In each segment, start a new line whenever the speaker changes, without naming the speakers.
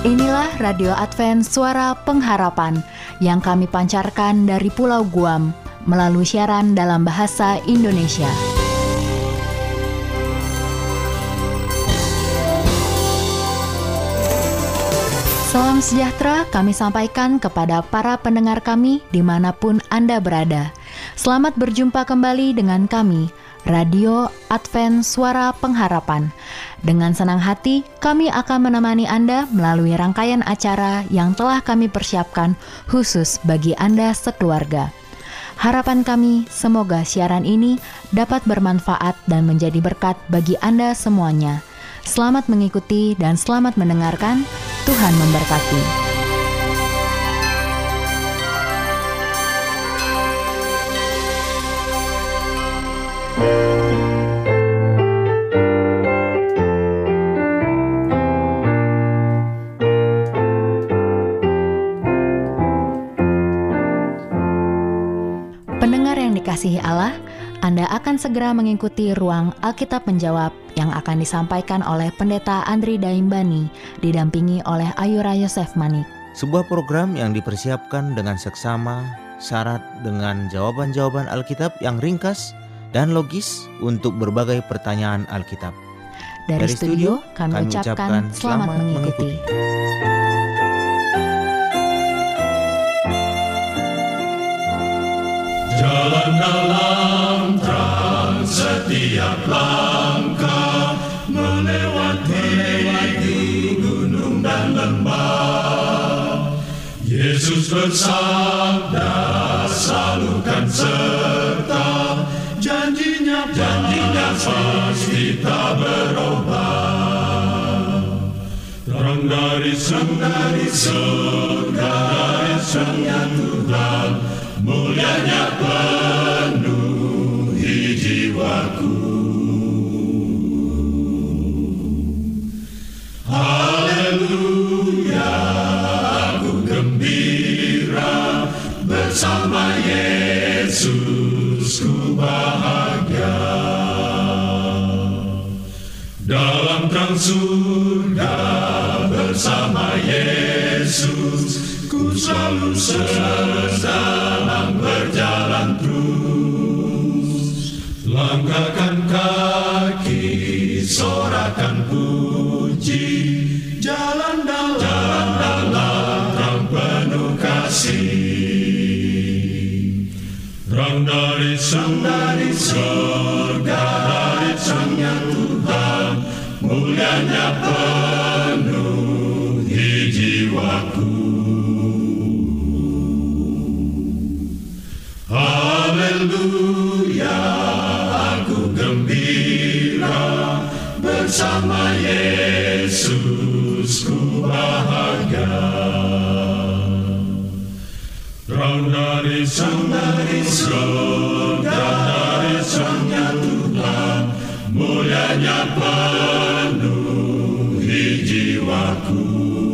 Inilah Radio Advent Suara Pengharapan yang kami pancarkan dari Pulau Guam melalui siaran dalam bahasa Indonesia. Salam sejahtera kami sampaikan kepada para pendengar kami dimanapun Anda berada. Selamat berjumpa kembali dengan kami, Radio Advent Suara Pengharapan. Dengan senang hati, kami akan menemani Anda melalui rangkaian acara yang telah kami persiapkan khusus bagi Anda sekeluarga. Harapan kami, semoga siaran ini dapat bermanfaat dan menjadi berkat bagi Anda semuanya. Selamat mengikuti dan selamat mendengarkan. Tuhan memberkati. Pendengar yang dikasihi Allah, Anda akan segera mengikuti ruang Alkitab Menjawab yang akan disampaikan oleh Pendeta Andri Daimbani, didampingi oleh Ayura Yosef Manik.
Sebuah program yang dipersiapkan dengan seksama, syarat dengan jawaban-jawaban Alkitab yang ringkas dan logis untuk berbagai pertanyaan Alkitab.
Dari studio, kami ucapkan selamat mengikuti.
Jalan dalam terang setiap langkah, melewati gunung dan lembah. Yesus bersabda selalu kan serta, janjinya pasti tak berubah. Terang dari surga, Tuhan, mulianya penuhi jiwaku. Haleluya, aku gembira, bersama Yesus ku bahagia. Dalam terang surga bersama Yesus, ku selalu senang berjalan terus. Langkahkan kaki, sorakan puji, jalan dalam terang penuh kasih. Terang dari surga, dari terangnya Tuhan, mulianya penuhi jiwaku. Haleluya, aku gembira, bersama Yesus ku bahagia. Terang dari surga, dari terangnya Tuhan, mulianya penuhi jiwaku.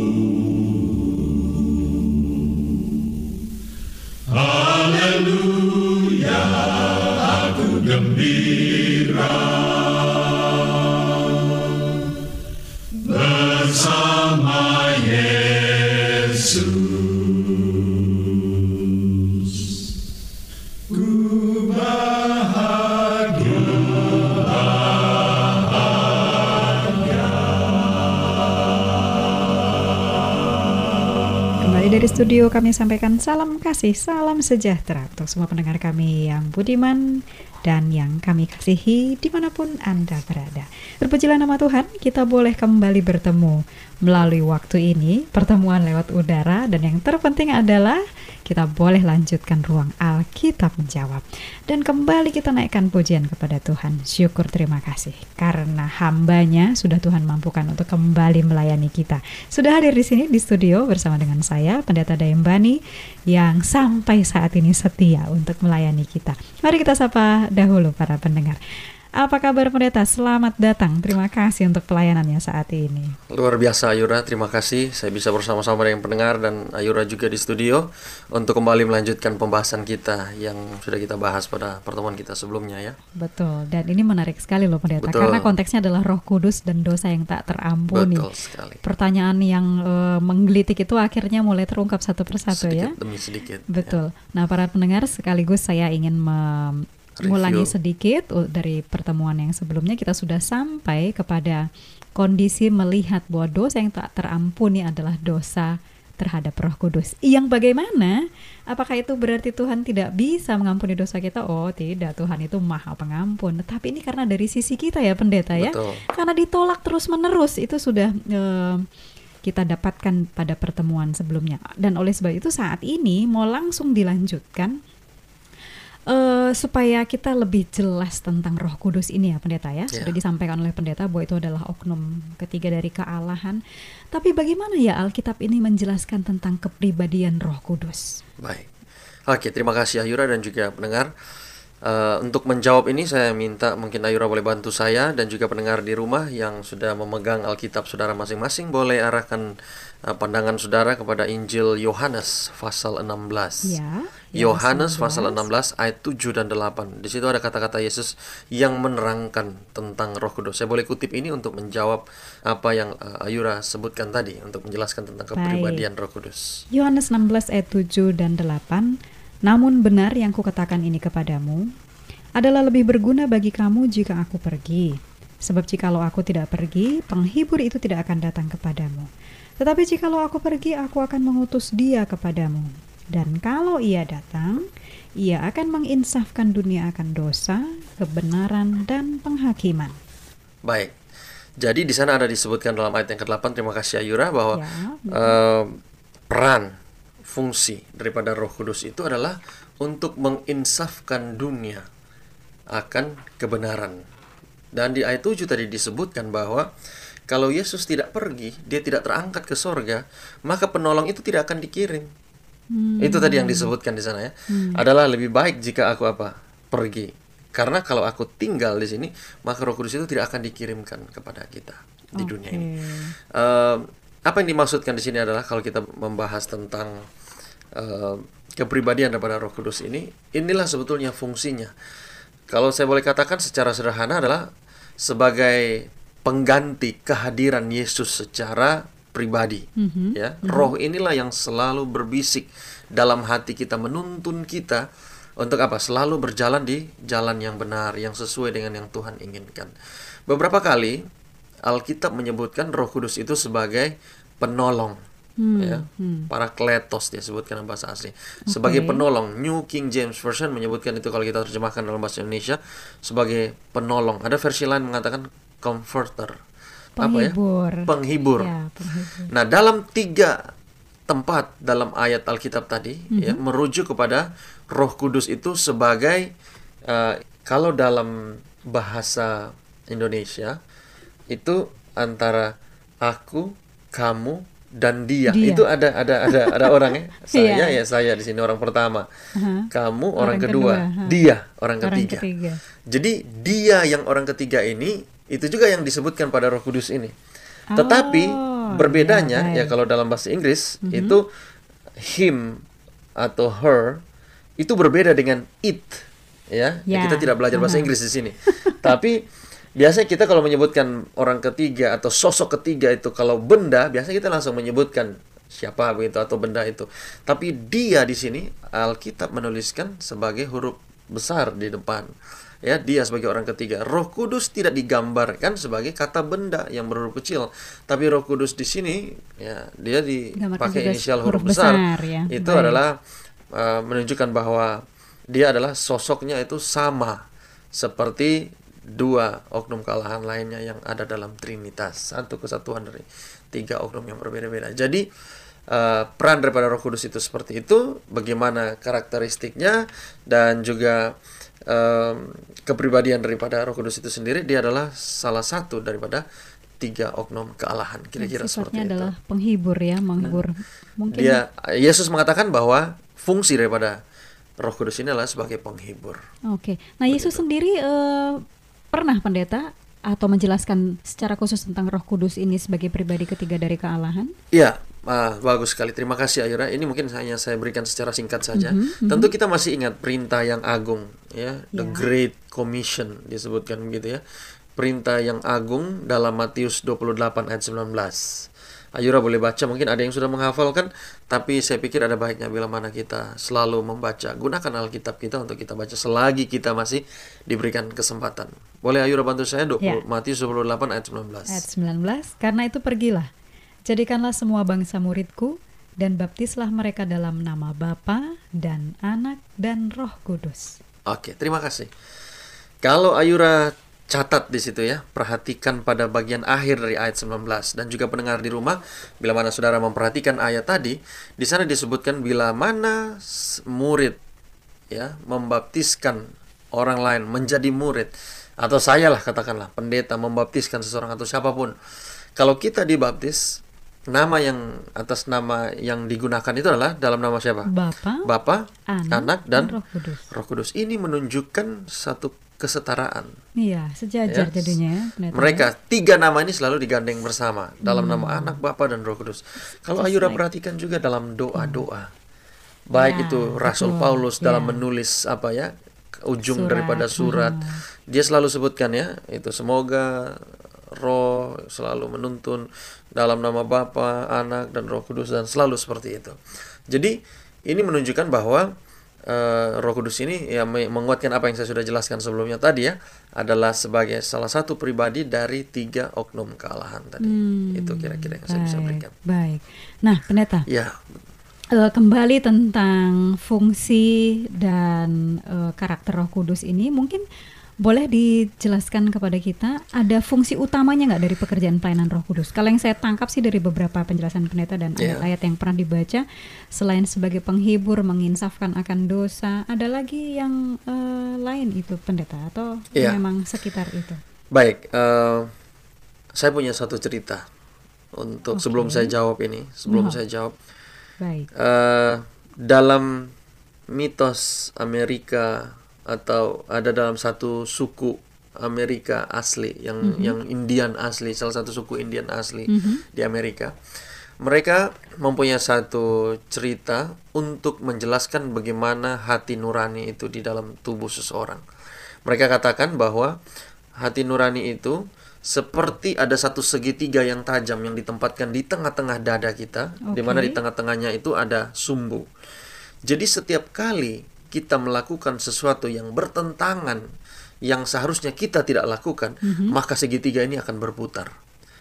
Haleluya, aku gembira, bersama Yesus ku bahagia.
Kembali dari studio kami sampaikan salam kasih, salam sejahtera untuk semua pendengar kami yang budiman dan yang kami kasihi dimanapun Anda berada. Terpujilah nama Tuhan, kita boleh kembali bertemu melalui waktu ini, pertemuan lewat udara, dan yang terpenting adalah kita boleh lanjutkan ruang Alkitab Menjawab. Dan kembali kita naikkan pujian kepada Tuhan. Syukur terima kasih karena hambanya sudah Tuhan mampukan untuk kembali melayani kita. Sudah hadir di sini di studio bersama dengan saya, Pendeta Daimbani, yang sampai saat ini setia untuk melayani kita. Mari kita sapa dahulu para pendengar. Apa kabar pendeta? Selamat datang. Terima kasih untuk pelayanannya saat ini.
Luar biasa Ayura, terima kasih. Saya bisa bersama-sama dengan pendengar dan Ayura juga di studio untuk kembali melanjutkan pembahasan kita yang sudah kita bahas pada pertemuan kita sebelumnya ya.
Betul, dan ini menarik sekali loh pendeta.
Betul.
Karena konteksnya adalah Roh Kudus dan dosa yang tak terampuni.
Betul sekali.
Pertanyaan yang menggelitik itu akhirnya mulai terungkap satu persatu ya.
Sedikit demi sedikit.
Betul. Nah, para pendengar, sekaligus saya ingin mengulangi sedikit dari pertemuan yang sebelumnya. Kita sudah sampai kepada kondisi melihat bahwa dosa yang tak terampuni adalah dosa terhadap Roh Kudus. Yang bagaimana? Apakah itu berarti Tuhan tidak bisa mengampuni dosa kita? Oh tidak, Tuhan itu Maha Pengampun. Tetapi ini karena dari sisi kita ya pendeta ya.
Betul.
Karena ditolak terus menerus, itu sudah kita dapatkan pada pertemuan sebelumnya. Dan oleh sebab itu saat ini mau langsung dilanjutkan supaya kita lebih jelas tentang Roh Kudus ini ya pendeta ya. Sudah disampaikan oleh pendeta bahwa itu adalah oknum ketiga dari kealahan. Tapi bagaimana ya Alkitab ini menjelaskan tentang kepribadian Roh Kudus?
Baik. Oke, terima kasih Ayura dan juga pendengar. Untuk menjawab ini saya minta mungkin Ayura boleh bantu saya dan juga pendengar di rumah yang sudah memegang Alkitab saudara masing-masing boleh arahkan pandangan saudara kepada Injil Yohanes pasal 16.
Ya.
Yohanes pasal 16 ayat 7 dan 8. Di situ ada kata-kata Yesus yang menerangkan tentang Roh Kudus. Saya boleh kutip ini untuk menjawab apa yang Ayura sebutkan tadi untuk menjelaskan tentang kepribadian Roh Kudus.
Yohanes 16 ayat 7 dan 8. Namun benar yang kukatakan ini kepadamu adalah lebih berguna bagi kamu jika aku pergi. Sebab jikalau aku tidak pergi, penghibur itu tidak akan datang kepadamu. Tetapi jikalau aku pergi, aku akan mengutus dia kepadamu. Dan kalau ia datang, ia akan menginsafkan dunia akan dosa, kebenaran, dan penghakiman.
Baik. Jadi di sana ada disebutkan dalam ayat yang ke-8, terima kasih Ayura, bahwa peran fungsi daripada Roh Kudus itu adalah untuk menginsafkan dunia akan kebenaran. Dan di ayat 7 tadi disebutkan bahwa kalau Yesus tidak pergi, dia tidak terangkat ke sorga, maka penolong itu tidak akan dikirim. Itu tadi yang disebutkan di sana ya. Adalah lebih baik jika aku pergi. Karena kalau aku tinggal di sini, maka Roh Kudus itu tidak akan dikirimkan kepada kita di dunia ini. Apa yang dimaksudkan di sini adalah kalau kita membahas tentang kepribadian daripada Roh Kudus ini, inilah sebetulnya fungsinya. Kalau saya boleh katakan secara sederhana adalah sebagai pengganti kehadiran Yesus secara pribadi. Roh inilah yang selalu berbisik dalam hati kita, menuntun kita untuk apa? Selalu berjalan di jalan yang benar, yang sesuai dengan yang Tuhan inginkan. Beberapa kali Alkitab menyebutkan Roh Kudus itu sebagai penolong. Parakletos dia sebutkan dalam bahasa asli. Sebagai penolong. New King James Version menyebutkan itu kalau kita terjemahkan dalam bahasa Indonesia sebagai penolong. Ada versi lain mengatakan comforter.
Penghibur.
Penghibur. Nah, dalam 3 tempat dalam ayat Alkitab tadi merujuk kepada Roh Kudus itu sebagai kalau dalam bahasa Indonesia itu antara aku, kamu, dan dia. Itu ada orang ya. Saya di sini orang pertama. Kamu orang kedua. Dia orang ketiga. Jadi dia yang orang ketiga ini itu juga yang disebutkan pada Roh Kudus ini. Tetapi berbedanya ya kalau dalam bahasa Inggris itu him atau her itu berbeda dengan it ya. Kita tidak belajar bahasa Inggris di sini. Tapi biasanya kita kalau menyebutkan orang ketiga atau sosok ketiga itu kalau benda, biasanya kita langsung menyebutkan siapa begitu atau benda itu. Tapi dia di sini Alkitab menuliskan sebagai huruf besar di depan. Ya, dia sebagai orang ketiga. Roh Kudus tidak digambarkan sebagai kata benda yang berhuruf kecil, tapi Roh Kudus di sini ya dia dipakai inisial huruf besar. Itu adalah menunjukkan bahwa dia adalah sosoknya itu sama seperti 2 oknum kealahan lainnya yang ada dalam Trinitas, satu kesatuan dari 3 oknum yang berbeda-beda. Jadi peran daripada Roh Kudus itu seperti itu, bagaimana karakteristiknya dan juga kepribadian daripada Roh Kudus itu sendiri. Dia adalah salah satu daripada 3 oknum kealahan, kira-kira seperti itu.
Adalah penghibur ya, menghibur. Mungkin
Yesus mengatakan bahwa fungsi daripada Roh Kudus ini adalah sebagai penghibur.
Nah, Yesus sendiri pernah pendeta atau menjelaskan secara khusus tentang Roh Kudus ini sebagai pribadi ketiga dari kealahan?
Iya, bagus sekali. Terima kasih Ayura. Ini mungkin hanya saya berikan secara singkat saja. Tentu kita masih ingat perintah yang agung, ya, the Great Commission disebutkan begitu ya. Perintah yang agung dalam Matius 28 ayat 19. Ayura boleh baca, mungkin ada yang sudah menghafalkan, tapi saya pikir ada baiknya bila mana kita selalu membaca. Gunakan Alkitab kita untuk kita baca selagi kita masih diberikan kesempatan. Boleh Ayura bantu saya? Matius 28 ayat 19.
Ayat 19, karena itu pergilah, jadikanlah semua bangsa muridku, dan baptislah mereka dalam nama Bapa dan Anak dan Roh Kudus.
Oke, terima kasih. Kalau Ayura catat di situ ya, perhatikan pada bagian akhir dari ayat 19, dan juga pendengar di rumah, bila mana saudara memperhatikan ayat tadi, di sana disebutkan bila mana murid ya membaptiskan orang lain menjadi murid, atau saya lah katakanlah pendeta membaptiskan seseorang atau siapapun. Kalau kita dibaptis, nama yang atas nama yang digunakan itu adalah dalam nama siapa? Bapa, Anak dan Roh Kudus. Ini menunjukkan satu kesetaraan.
Iya, sejajar jadinya.
Mereka tiga nama ini selalu digandeng bersama dalam nama Anak, Bapa dan Roh Kudus. Kalau Ayura perhatikan juga dalam doa-doa, baik itu Rasul Paulus dalam menulis ujung daripada surat, dia selalu sebutkan ya, itu semoga Roh selalu menuntun dalam nama Bapa, Anak dan Roh Kudus, dan selalu seperti itu. Jadi ini menunjukkan bahwa Roh Kudus ini ya menguatkan apa yang saya sudah jelaskan sebelumnya tadi ya, adalah sebagai salah satu pribadi dari tiga oknum kealahan tadi. Itu kira-kira yang saya bisa berikan.
Baik. Nah, pendeta.
Ya.
Kembali tentang fungsi dan karakter Roh Kudus ini, mungkin boleh dijelaskan kepada kita ada fungsi utamanya nggak dari pekerjaan pelayanan Roh Kudus? Kalau yang saya tangkap sih dari beberapa penjelasan pendeta dan ayat-ayat yang pernah dibaca, selain sebagai penghibur, menginsafkan akan dosa, ada lagi yang lain itu pendeta, atau memang sekitar itu?
Baik, saya punya satu cerita untuk sebelum saya jawab ini, saya jawab.
Baik.
Dalam mitos Amerika, atau ada dalam satu suku Amerika asli yang Indian asli, salah satu suku Indian asli di Amerika. Mereka mempunyai satu cerita untuk menjelaskan bagaimana hati nurani itu di dalam tubuh seseorang. Mereka katakan bahwa hati nurani itu seperti ada satu segitiga yang tajam yang ditempatkan di tengah-tengah dada kita, di mana di tengah-tengahnya itu ada sumbu. Jadi setiap kali kita melakukan sesuatu yang bertentangan, yang seharusnya kita tidak lakukan, maka segitiga ini akan berputar.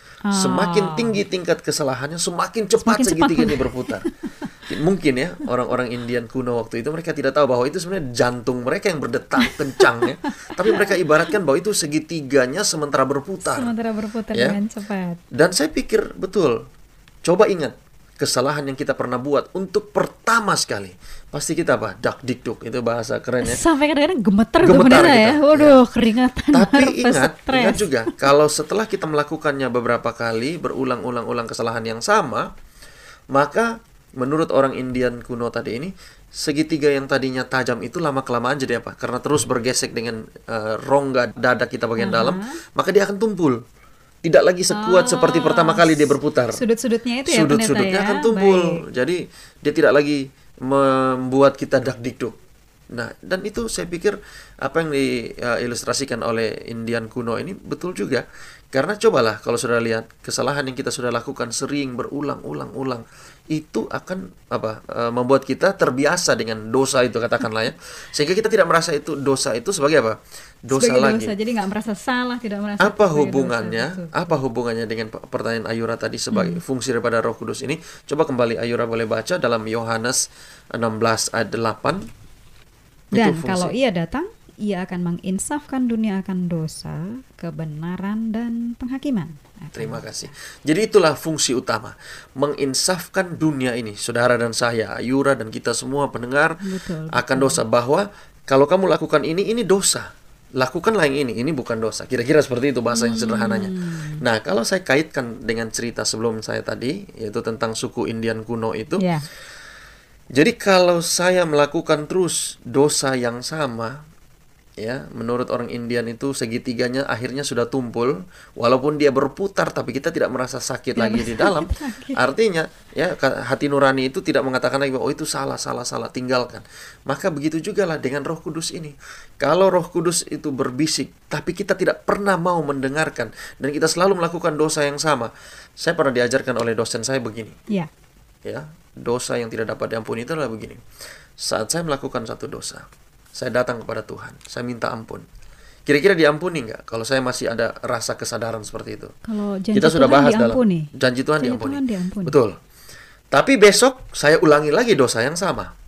Semakin tinggi tingkat kesalahannya, semakin cepat segitiga ini berputar. Mungkin ya, orang-orang Indian kuno waktu itu mereka tidak tahu bahwa itu sebenarnya jantung mereka yang berdetak kencang ya. Tapi mereka ibaratkan bahwa itu segitiganya sementara berputar.
Dengan cepat.
Dan saya pikir betul, coba ingat kesalahan yang kita pernah buat untuk pertama sekali, pasti kita dakdikduk, itu bahasa kerennya.
Sampai kadang-kadang gemeter ya. Waduh, keringatan.
Tapi ingat juga, kalau setelah kita melakukannya beberapa kali, berulang-ulang kesalahan yang sama, maka menurut orang Indian kuno tadi ini, segitiga yang tadinya tajam itu lama-kelamaan jadi apa? Karena terus bergesek dengan rongga dada kita bagian dalam, maka dia akan tumpul. Tidak lagi sekuat seperti pertama kali dia berputar.
Sudut-sudutnya itu ya,
sudut-sudutnya akan tumpul. Jadi dia tidak lagi membuat kita dakdikduk. Nah, dan itu saya pikir apa yang diilustrasikan oleh Indian kuno ini betul juga. Karena cobalah kalau sudah lihat kesalahan yang kita sudah lakukan sering berulang-ulang, itu akan membuat kita terbiasa dengan dosa itu, katakanlah ya. Sehingga kita tidak merasa itu dosa itu sebagai apa? Dosa
sebagai
lagi.
Dosa, jadi nggak merasa salah, tidak merasa.
Apa hubungannya dengan pertanyaan Ayura tadi sebagai fungsi daripada Roh Kudus ini? Coba kembali Ayura boleh baca dalam Yohanes 16 ayat 8.
Dan kalau ia datang, ia akan menginsafkan dunia akan dosa, kebenaran, dan penghakiman.
Terima kasih. Jadi itulah fungsi utama, menginsafkan dunia ini, saudara dan saya, Ayura dan kita semua pendengar, akan dosa. Bahwa kalau kamu lakukan ini dosa, lakukanlah yang ini bukan dosa. Kira-kira seperti itu bahasa yang sederhananya. Nah, kalau saya kaitkan dengan cerita sebelum saya tadi, yaitu tentang suku Indian kuno itu, jadi kalau saya melakukan terus dosa yang sama, Ya, menurut orang Indian itu segitiganya akhirnya sudah tumpul, walaupun dia berputar tapi kita tidak merasa sakit lagi di dalam. Artinya, ya, hati nurani itu tidak mengatakan lagi bahwa oh itu salah, tinggalkan. Maka begitu juga lah dengan Roh Kudus ini. Kalau Roh Kudus itu berbisik, tapi kita tidak pernah mau mendengarkan dan kita selalu melakukan dosa yang sama. Saya pernah diajarkan oleh dosen saya begini.
Ya.
Ya, dosa yang tidak dapat diampuni itu adalah begini. Saat saya melakukan satu dosa, saya datang kepada Tuhan, saya minta ampun. Kira-kira diampuni nggak kalau saya masih ada rasa kesadaran seperti itu?
Kalau janji
Kita sudah
Tuhan
bahas
diampuni.
dalam janji Tuhan diampuni.
Tuhan diampuni.
Betul. Tapi besok saya ulangi lagi dosa yang sama.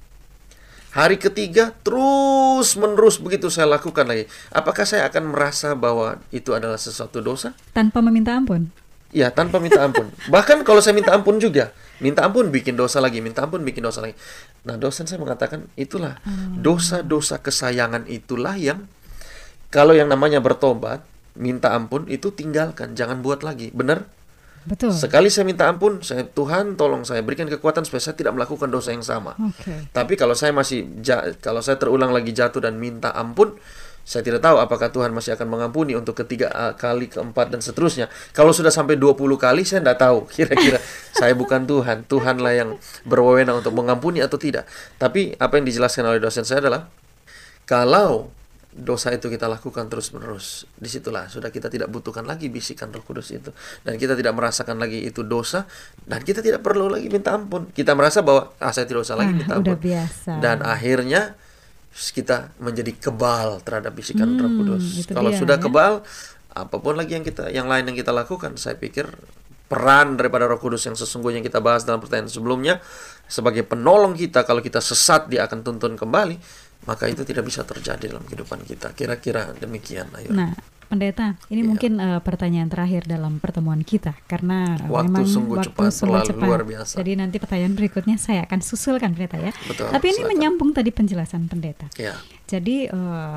Hari ketiga terus-menerus begitu saya lakukan lagi. Apakah saya akan merasa bahwa itu adalah sesuatu dosa?
Tanpa meminta ampun.
Ya, tanpa minta ampun. Bahkan kalau saya minta ampun juga, minta ampun bikin dosa lagi, minta ampun bikin dosa lagi. Nah, dosen saya mengatakan itulah dosa-dosa kesayangan itulah yang kalau yang namanya bertobat, minta ampun itu tinggalkan, jangan buat lagi. Benar?
Betul.
Sekali saya minta ampun, Tuhan tolong saya berikan kekuatan supaya saya tidak melakukan dosa yang sama.
Okay.
Tapi kalau saya kalau saya terulang lagi jatuh dan minta ampun, saya tidak tahu apakah Tuhan masih akan mengampuni untuk ketiga kali, keempat, dan seterusnya. Kalau sudah sampai 20 kali, saya tidak tahu. Kira-kira saya bukan Tuhan. Tuhanlah yang berwenang untuk mengampuni atau tidak. Tapi apa yang dijelaskan oleh dosen saya adalah, kalau dosa itu kita lakukan terus-menerus, disitulah sudah kita tidak butuhkan lagi bisikan Roh Kudus itu. Dan kita tidak merasakan lagi itu dosa. Dan kita tidak perlu lagi minta ampun. Kita merasa bahwa, saya tidak usah lagi minta ampun.
Udah biasa.
Dan akhirnya kita menjadi kebal terhadap bisikan Roh Kudus. Kalau sudah kebal, apapun lagi yang lain yang kita lakukan, saya pikir peran daripada Roh Kudus yang sesungguhnya kita bahas dalam pertanyaan sebelumnya sebagai penolong kita, kalau kita sesat dia akan tuntun kembali, maka itu tidak bisa terjadi dalam kehidupan kita. Kira-kira demikian, Ayura.
Nah, Pendeta, ini mungkin pertanyaan terakhir dalam pertemuan kita, karena
waktu
memang
sungguh cepat, luar biasa.
Jadi nanti pertanyaan berikutnya saya akan susulkan, Pendeta, ya.
Betul,
tapi ini
silakan.
menyambung tadi penjelasan Pendeta.
Ya.
Jadi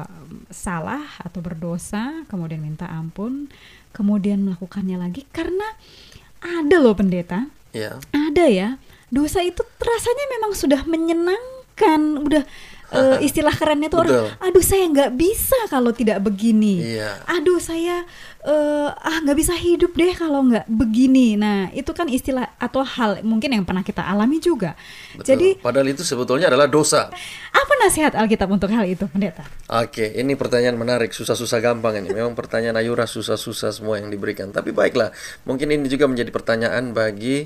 salah atau berdosa, kemudian minta ampun, kemudian melakukannya lagi, karena ada loh, Pendeta.
Ya.
Ada ya, dosa itu rasanya memang sudah menyenangkan, udah istilah kerennya tuh orang, aduh saya nggak bisa kalau tidak begini, aduh saya nggak bisa hidup deh kalau nggak begini. Nah itu kan istilah atau hal mungkin yang pernah kita alami juga.
Betul.
Jadi
padahal itu sebetulnya adalah dosa.
Apa nasihat Alkitab untuk hal itu, Pendeta?
Oke, ini pertanyaan menarik, susah-susah gampang ini. Memang pertanyaan Ayura susah-susah semua yang diberikan. Tapi baiklah, mungkin ini juga menjadi pertanyaan bagi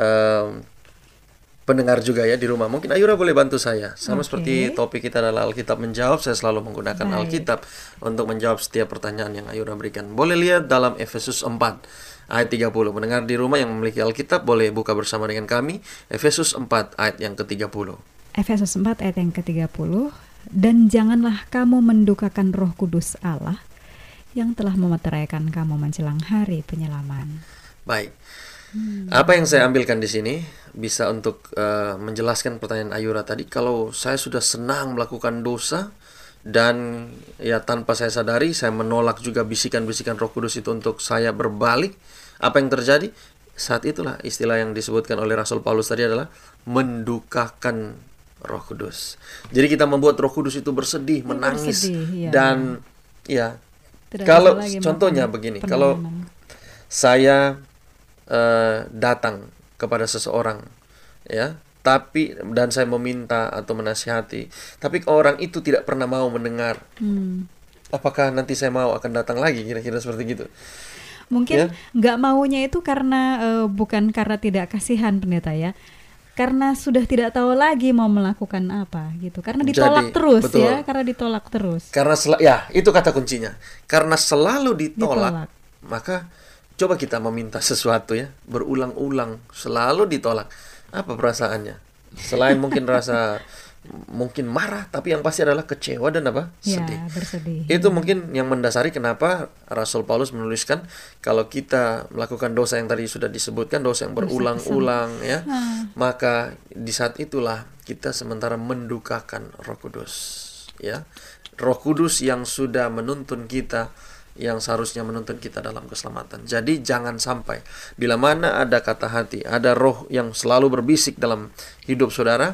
pendengar juga ya di rumah. Mungkin Ayura boleh bantu saya. Sama seperti topik kita adalah Alkitab menjawab, saya selalu menggunakan Alkitab untuk menjawab setiap pertanyaan yang Ayura berikan. Boleh lihat dalam Efesus 4 ayat 30. Pendengar di rumah yang memiliki Alkitab boleh buka bersama dengan kami. Efesus 4 ayat yang ke-30.
Efesus 4 ayat yang ke-30. Dan janganlah kamu mendukakan Roh Kudus Allah yang telah memeteraikan kamu menjelang hari penyelaman.
Baik. Apa yang saya ambilkan di sini bisa untuk menjelaskan pertanyaan Ayura tadi. Kalau saya sudah senang melakukan dosa dan ya tanpa saya sadari saya menolak juga bisikan-bisikan Roh Kudus itu untuk saya berbalik, apa yang terjadi? Saat itulah istilah yang disebutkan oleh Rasul Paulus tadi adalah mendukakan Roh Kudus. Jadi kita membuat Roh Kudus itu bersedih, menangis, dan ya kalau contohnya begini, kalau saya datang kepada seseorang ya, dan saya meminta atau menasihati, tapi orang itu tidak pernah mau mendengar, apakah nanti saya akan datang lagi? Kira-kira seperti gitu.
Mungkin nggak maunya itu karena bukan karena tidak kasihan, Pendeta ya, karena sudah tidak tahu lagi mau melakukan apa gitu, karena ditolak terus. Karena ditolak terus. Karena
itu kata kuncinya. Karena selalu ditolak. Maka coba kita meminta sesuatu ya, berulang-ulang, selalu ditolak. Apa perasaannya? Selain mungkin rasa mungkin marah, tapi yang pasti adalah kecewa dan sedih.
Bersedih.
Itu mungkin yang mendasari kenapa Rasul Paulus menuliskan kalau kita melakukan dosa yang tadi sudah disebutkan, dosa yang berulang-ulang ya, maka di saat itulah kita sementara mendukakan Roh Kudus ya. Roh Kudus yang sudah menuntun kita, yang seharusnya menuntun kita dalam keselamatan. Jadi jangan sampai bila mana ada kata hati, ada roh yang selalu berbisik dalam hidup saudara,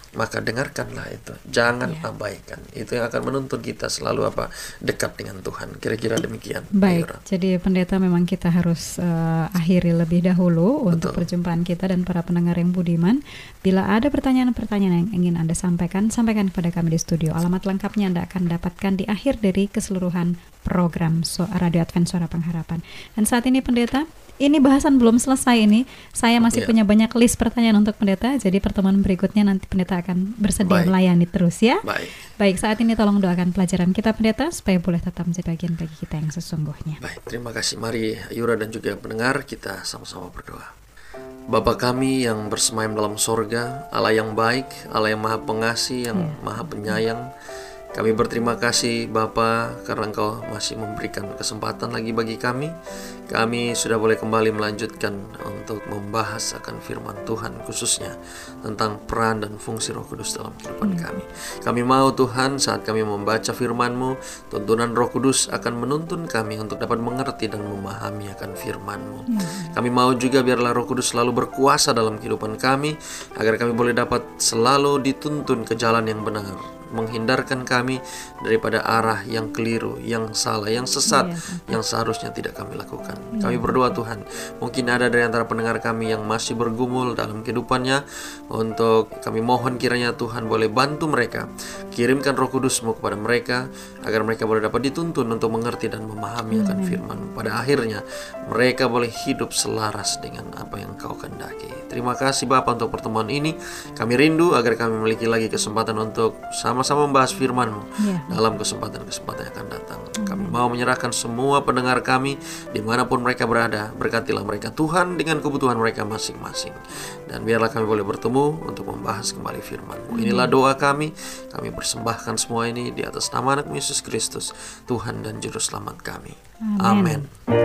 maka dengarkanlah itu, jangan abaikan. Itu yang akan menuntun kita selalu dekat dengan Tuhan. Kira-kira demikian.
Baik,
Ayura.
jadi pendeta memang kita harus akhiri lebih dahulu untuk perjumpaan kita dan para pendengar yang budiman. Bila ada pertanyaan-pertanyaan yang ingin Anda sampaikan kepada kami di studio. Alamat lengkapnya Anda akan dapatkan di akhir dari keseluruhan program Radio Advent Suara Pengharapan. Dan saat ini pendeta, ini bahasan belum selesai ini. Saya masih punya banyak list pertanyaan untuk pendeta. Jadi pertemuan berikutnya nanti pendeta akan bersedia melayani terus ya. Baik, saat ini tolong doakan pelajaran kita pendeta supaya boleh tetap menjadi bagian bagi kita yang sesungguhnya.
Baik, terima kasih. Mari Ayura dan juga pendengar kita sama-sama berdoa. Bapa kami yang bersemayam dalam sorga, Allah yang baik, Allah yang maha pengasih, yang maha penyayang, kami berterima kasih Bapa karena Engkau masih memberikan kesempatan lagi bagi kami. Kami sudah boleh kembali melanjutkan untuk membahas akan firman Tuhan, khususnya tentang peran dan fungsi Roh Kudus dalam kehidupan kami. Kami mau Tuhan, saat kami membaca firman-Mu, tuntunan Roh Kudus akan menuntun kami untuk dapat mengerti dan memahami akan firman-Mu. Kami mau juga biarlah Roh Kudus selalu berkuasa dalam kehidupan kami, agar kami boleh dapat selalu dituntun ke jalan yang benar, menghindarkan kami daripada arah yang keliru, yang salah, yang sesat, yang seharusnya tidak kami lakukan. Kami berdoa Tuhan, mungkin ada dari antara pendengar kami yang masih bergumul dalam kehidupannya, untuk kami mohon kiranya Tuhan boleh bantu mereka, kirimkan Roh Kudus-Mu kepada mereka, agar mereka boleh dapat dituntun untuk mengerti dan memahami akan firman-Mu. Pada akhirnya mereka boleh hidup selaras dengan apa yang Kau kehendaki. Terima kasih Bapa untuk pertemuan ini. Kami rindu agar kami memiliki lagi kesempatan untuk sama-sama membahas firman-Mu dalam kesempatan-kesempatan yang akan datang. Kami mau menyerahkan semua pendengar kami dimanapun mereka berada. Berkatilah mereka Tuhan dengan kebutuhan mereka masing-masing. Dan biarlah kami boleh bertemu untuk membahas kembali firman-Mu. Inilah doa kami. Kami persembahkan semua ini di atas nama anak Yesus Kristus, Tuhan dan Juru Selamat kami. Amin.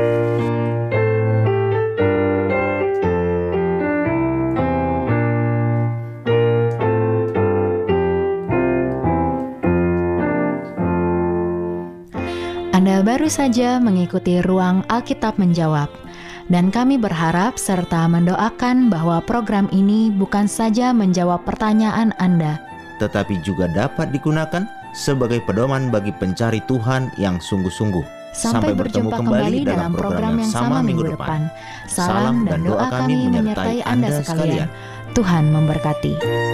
Anda baru saja mengikuti Ruang Alkitab Menjawab, dan kami berharap serta mendoakan bahwa program ini bukan saja menjawab pertanyaan Anda,
tetapi juga dapat digunakan sebagai pedoman bagi pencari Tuhan yang sungguh-sungguh.
Sampai berjumpa kembali dalam program yang sama minggu depan. Salam dan doa kami menyertai Anda sekalian. Tuhan memberkati.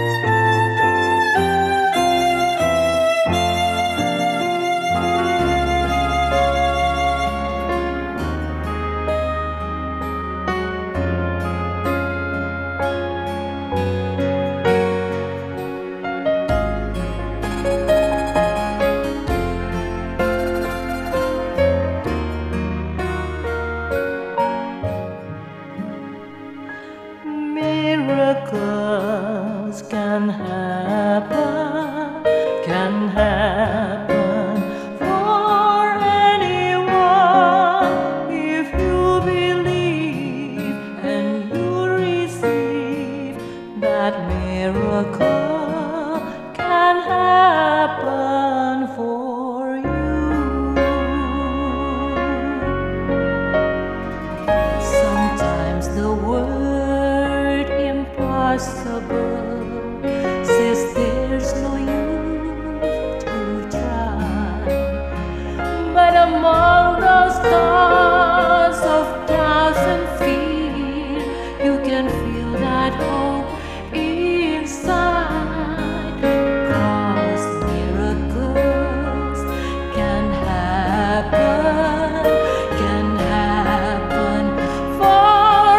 Miracles can happen for anyone if you believe and you receive. That miracle can happen for you. Sometimes the word impossible says there's no use to try, but among those thoughts of doubt and fear, you can feel that hope inside, 'cause miracles can happen for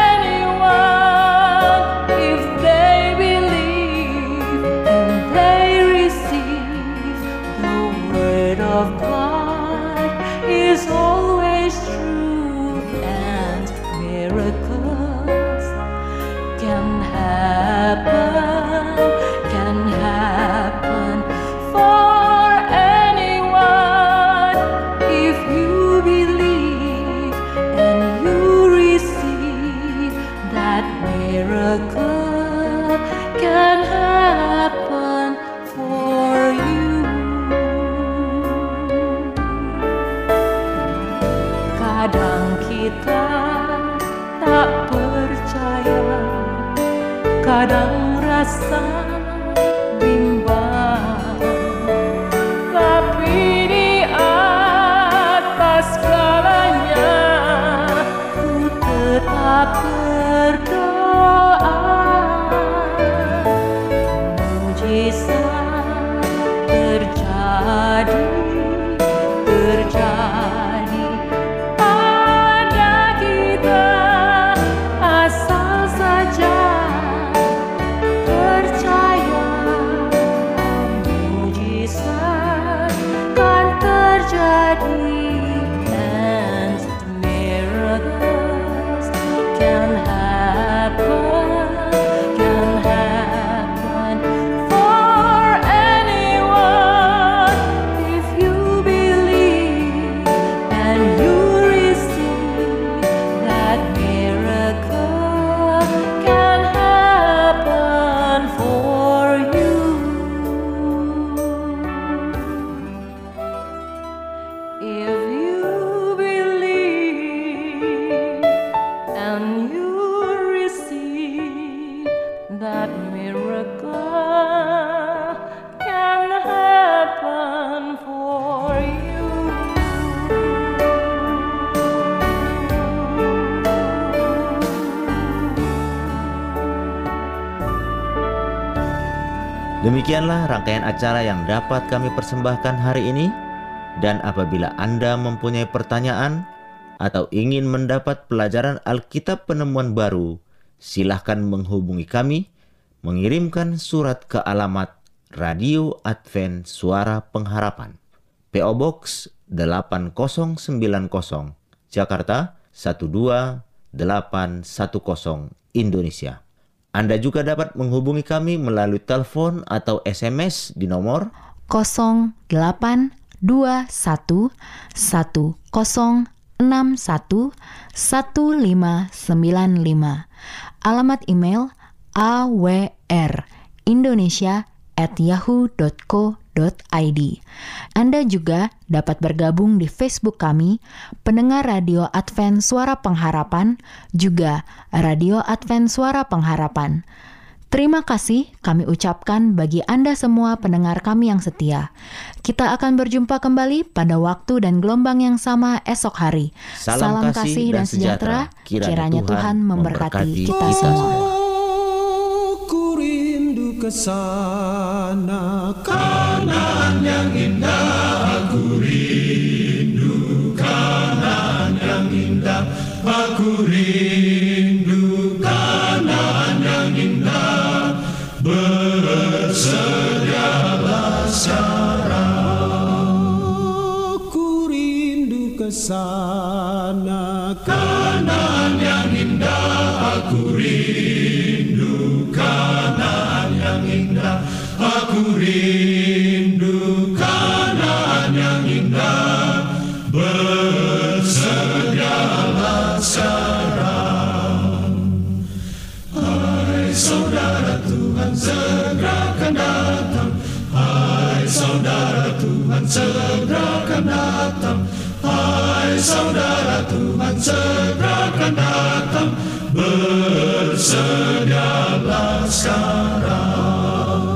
anyone if they believe and they receive. The word of God is always true, and miracles can happen for anyone if you believe and you receive. That miracle can happen for you. Kadang kita tak percaya, kadang rasa
Demikianlah rangkaian acara yang dapat kami persembahkan hari ini. Dan apabila Anda mempunyai pertanyaan atau ingin mendapat pelajaran Alkitab Penemuan Baru, silahkan menghubungi kami, mengirimkan surat ke alamat Radio Advent Suara Pengharapan, PO Box 8090, Jakarta 12810, Indonesia. Anda juga dapat menghubungi kami melalui telepon atau SMS di nomor
082110611595. Alamat email awrindonesia@yahoo.co.id. Anda juga dapat bergabung di Facebook kami, Pendengar Radio Advent Suara Pengharapan, juga Radio Advent Suara Pengharapan. Terima kasih kami ucapkan bagi Anda semua pendengar kami yang setia. Kita akan berjumpa kembali pada waktu dan gelombang yang sama esok hari. Salam kasih dan sejahtera. Kiranya Tuhan memberkati kita semua.
Ku rindu ke sana, Kanaan yang indah. Aku rindu Kanaan yang indah. Aku rindu Kanaan yang indah. Bersedialah sekarang. Ku rindu ke sana, Kanaan yang indah. Aku rindu Kanaan yang indah. Aku rindu Kanaan yang indah. Bersedialah sekarang. Hai saudara, Tuhan segera akan datang. Hai saudara, Tuhan segera akan datang. Hai saudara, Tuhan segera akan datang. Bersedialah sekarang.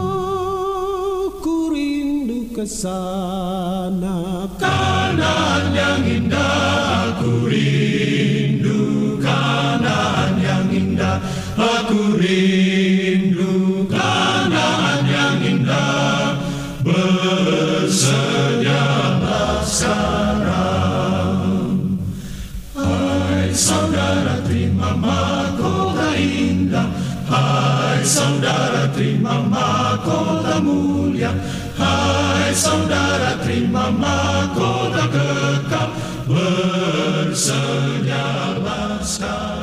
Ku rindu ke sana, Kanaan yang indah. Aku rindu Kanaan yang indah. Aku rindu Kanaan yang indah. Bersedialah sekarang. Hai saudara, terima mahkota indah. Hai saudara, terima mahkota mulia. Hai saudara, terima mahkota kekal. Bersedialah sekarang.